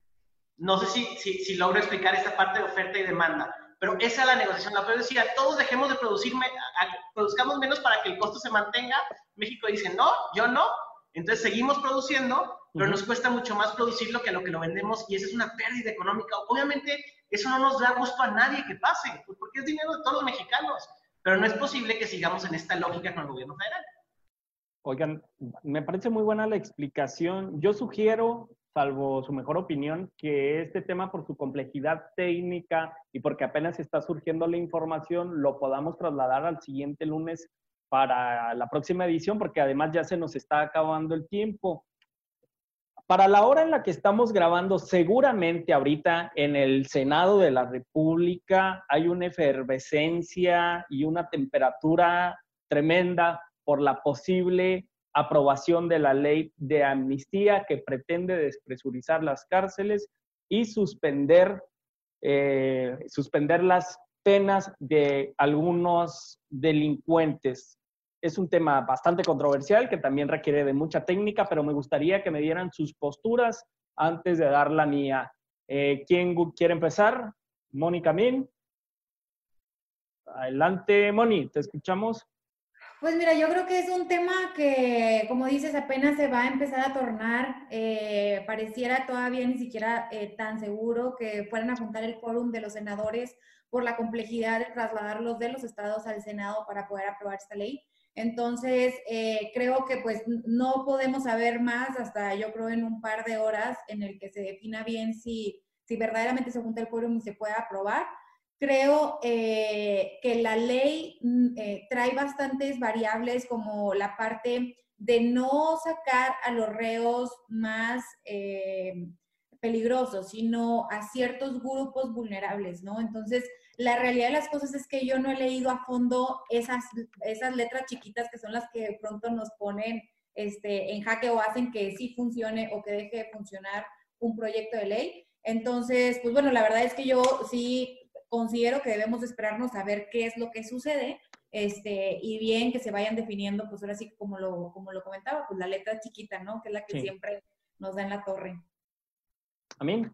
No sé si logro explicar esta parte de oferta y demanda, pero esa es la negociación. La OPEP decía, todos dejemos de producir, produzcamos menos para que el costo se mantenga. México dice, no, yo no. Entonces seguimos produciendo, pero nos cuesta mucho más producirlo que a lo que lo vendemos, y esa es una pérdida económica. Obviamente, eso no nos da gusto a nadie que pase, pues porque es dinero de todos los mexicanos, pero no es posible que sigamos en esta lógica con el gobierno federal. Oigan, me parece muy buena la explicación. Yo sugiero, salvo su mejor opinión, que este tema, por su complejidad técnica y porque apenas está surgiendo la información, lo podamos trasladar al siguiente lunes para la próxima edición, porque además ya se nos está acabando el tiempo. Para la hora en la que estamos grabando, seguramente ahorita en el Senado de la República hay una efervescencia y una temperatura tremenda por la posible aprobación de la ley de amnistía que pretende despresurizar las cárceles y suspender las penas de algunos delincuentes. Es un tema bastante controversial que también requiere de mucha técnica, pero me gustaría que me dieran sus posturas antes de dar la mía. ¿Quién quiere empezar? Mónica Min. Adelante, Moni, te escuchamos. Pues mira, yo creo que es un tema que, como dices, apenas se va a empezar a tornar. Pareciera todavía ni siquiera tan seguro que fueran a juntar el quórum de los senadores por la complejidad de trasladarlos de los estados al Senado para poder aprobar esta ley. Entonces, creo que pues no podemos saber más hasta, yo creo, en un par de horas en el que se defina bien si verdaderamente se junta el quórum y se puede aprobar. Creo que la ley trae bastantes variables, como la parte de no sacar a los reos más peligrosos, sino a ciertos grupos vulnerables, ¿no? Entonces, la realidad de las cosas es que yo no he leído a fondo esas letras chiquitas que son las que de pronto nos ponen en jaque o hacen que sí funcione o que deje de funcionar un proyecto de ley. Entonces, pues bueno, la verdad es que yo sí considero que debemos esperarnos a ver qué es lo que sucede, y bien que se vayan definiendo, pues ahora sí, como lo comentaba, pues la letra chiquita, ¿no? Que es la que siempre nos da en la torre. Amín.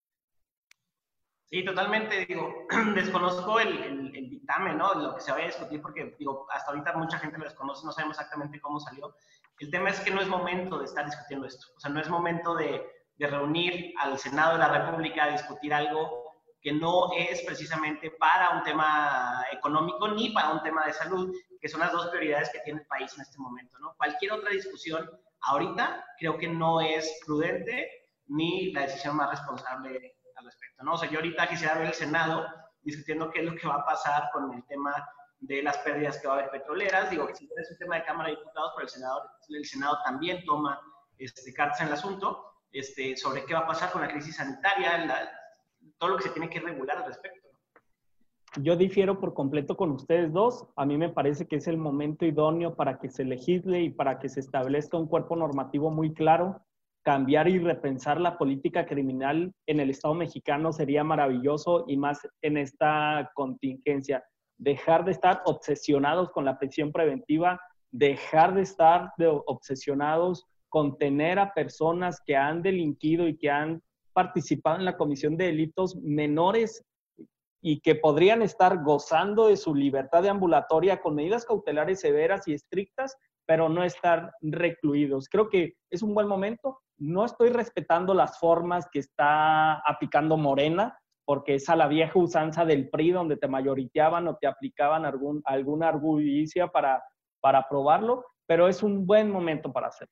Sí, totalmente, digo, desconozco el dictamen, ¿no? Lo que se vaya a discutir, porque, digo, hasta ahorita mucha gente lo desconoce, no sabemos exactamente cómo salió. El tema es que no es momento de estar discutiendo esto, o sea, no es momento de reunir al Senado de la República a discutir algo que no es precisamente para un tema económico ni para un tema de salud, que son las dos prioridades que tiene el país en este momento, ¿no? Cualquier otra discusión ahorita creo que no es prudente ni la decisión más responsable al respecto, ¿no? O sea, yo ahorita quisiera ver el Senado discutiendo qué es lo que va a pasar con el tema de las pérdidas que va a haber petroleras. Digo, que si es un tema de Cámara de Diputados, pero el Senado también toma cartas en el asunto, sobre qué va a pasar con la crisis sanitaria, todo lo que se tiene que regular al respecto, ¿no? Yo difiero por completo con ustedes dos. A mí me parece que es el momento idóneo para que se legisle y para que se establezca un cuerpo normativo muy claro. Cambiar y repensar la política criminal en el Estado mexicano sería maravilloso, y más en esta contingencia. Dejar de estar obsesionados con la prisión preventiva, dejar de estar obsesionados con tener a personas que han delinquido y que han participado en la comisión de delitos menores y que podrían estar gozando de su libertad ambulatoria con medidas cautelares severas y estrictas, pero no estar recluidos. Creo que es un buen momento. No estoy respetando las formas que está aplicando Morena, porque es a la vieja usanza del PRI, donde te mayoriteaban o te aplicaban alguna argudicia para aprobarlo, pero es un buen momento para hacerlo.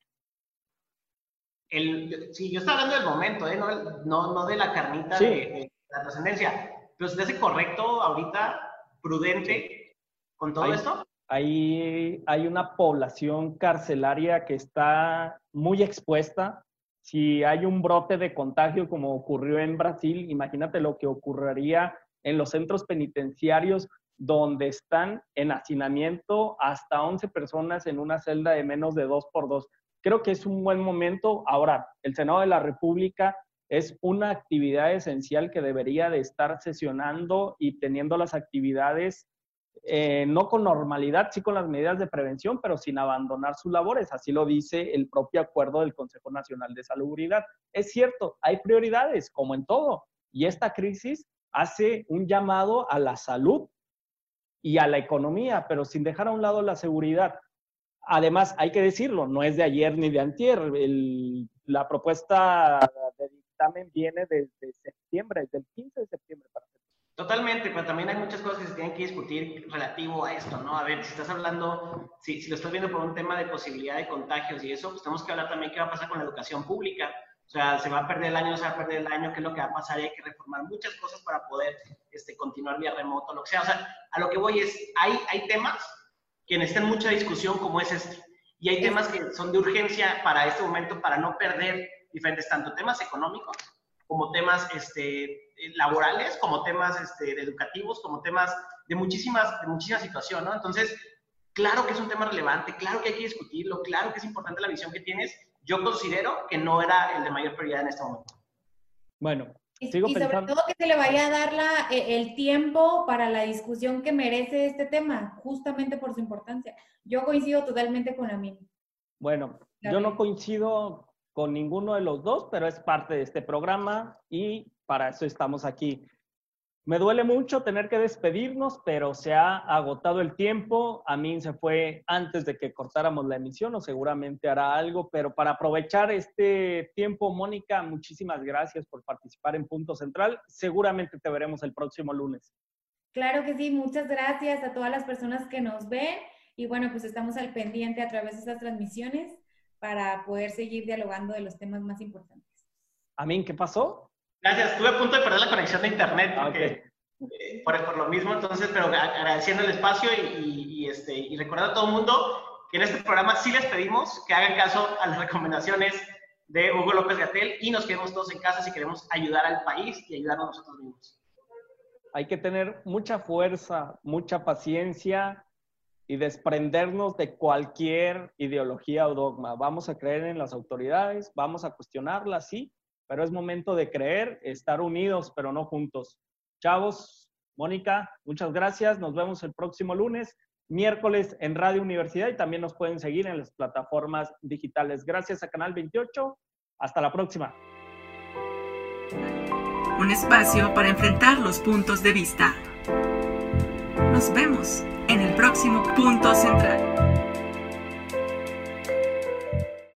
Sí, yo estaba hablando del momento, no de la carnita, de la trascendencia. Pero ¿se te hace correcto ahorita, prudente, con todo esto? Hay una población carcelaria que está muy expuesta. Si hay un brote de contagio como ocurrió en Brasil, imagínate lo que ocurriría en los centros penitenciarios, donde están en hacinamiento hasta 11 personas en una celda de menos de 2x2. Creo que es un buen momento. Ahora, el Senado de la República es una actividad esencial que debería de estar sesionando y teniendo las actividades no con normalidad, sí con las medidas de prevención, pero sin abandonar sus labores. Así lo dice el propio acuerdo del Consejo Nacional de Salubridad. Es cierto, hay prioridades, como en todo, y esta crisis hace un llamado a la salud y a la economía, pero sin dejar a un lado la seguridad. Además, hay que decirlo, no es de ayer ni de antier. La propuesta de dictamen viene desde septiembre, desde el 15 de septiembre para septiembre. Totalmente, pero también hay muchas cosas que se tienen que discutir relativo a esto, ¿no? A ver, si estás hablando, si lo estás viendo por un tema de posibilidad de contagios y eso, pues tenemos que hablar también qué va a pasar con la educación pública. O sea, se va a perder el año, no se va a perder el año, qué es lo que va a pasar, y hay que reformar muchas cosas para poder continuar vía remoto, lo que sea. O sea, a lo que voy es, hay temas que necesitan mucha discusión como es este, y hay temas que son de urgencia para este momento, para no perder diferentes, tanto temas económicos, como temas laborales, como temas educativos, como temas de muchísima situación, ¿no? Entonces, claro que es un tema relevante, claro que hay que discutirlo, claro que es importante la visión que tienes. Yo considero que no era el de mayor prioridad en este momento. Bueno, sigo pensando. Sobre todo que se le vaya a dar el tiempo para la discusión que merece este tema, justamente por su importancia. Yo coincido totalmente con Amín. Bueno, yo no coincido con ninguno de los dos, pero es parte de este programa y para eso estamos aquí. Me duele mucho tener que despedirnos, pero se ha agotado el tiempo. Amín se fue antes de que cortáramos la emisión, o seguramente hará algo, pero para aprovechar este tiempo, Mónica, muchísimas gracias por participar en Punto Central. Seguramente te veremos el próximo lunes. Claro que sí, muchas gracias a todas las personas que nos ven y bueno, pues estamos al pendiente a través de estas transmisiones para poder seguir dialogando de los temas más importantes. Amín, ¿qué pasó? Gracias, estuve a punto de perder la conexión de internet porque, por lo mismo, entonces, pero agradeciendo el espacio y recordando a todo el mundo que en este programa sí les pedimos que hagan caso a las recomendaciones de Hugo López-Gatell y nos quedemos todos en casa si queremos ayudar al país y ayudarnos nosotros mismos. Hay que tener mucha fuerza, mucha paciencia y desprendernos de cualquier ideología o dogma. Vamos a creer en las autoridades, vamos a cuestionarlas, sí, pero es momento de creer, estar unidos, pero no juntos. Chavos, Mónica, muchas gracias. Nos vemos el próximo lunes, miércoles en Radio Universidad y también nos pueden seguir en las plataformas digitales. Gracias a Canal 28. Hasta la próxima. Un espacio para enfrentar los puntos de vista. Nos vemos en el próximo Punto Central.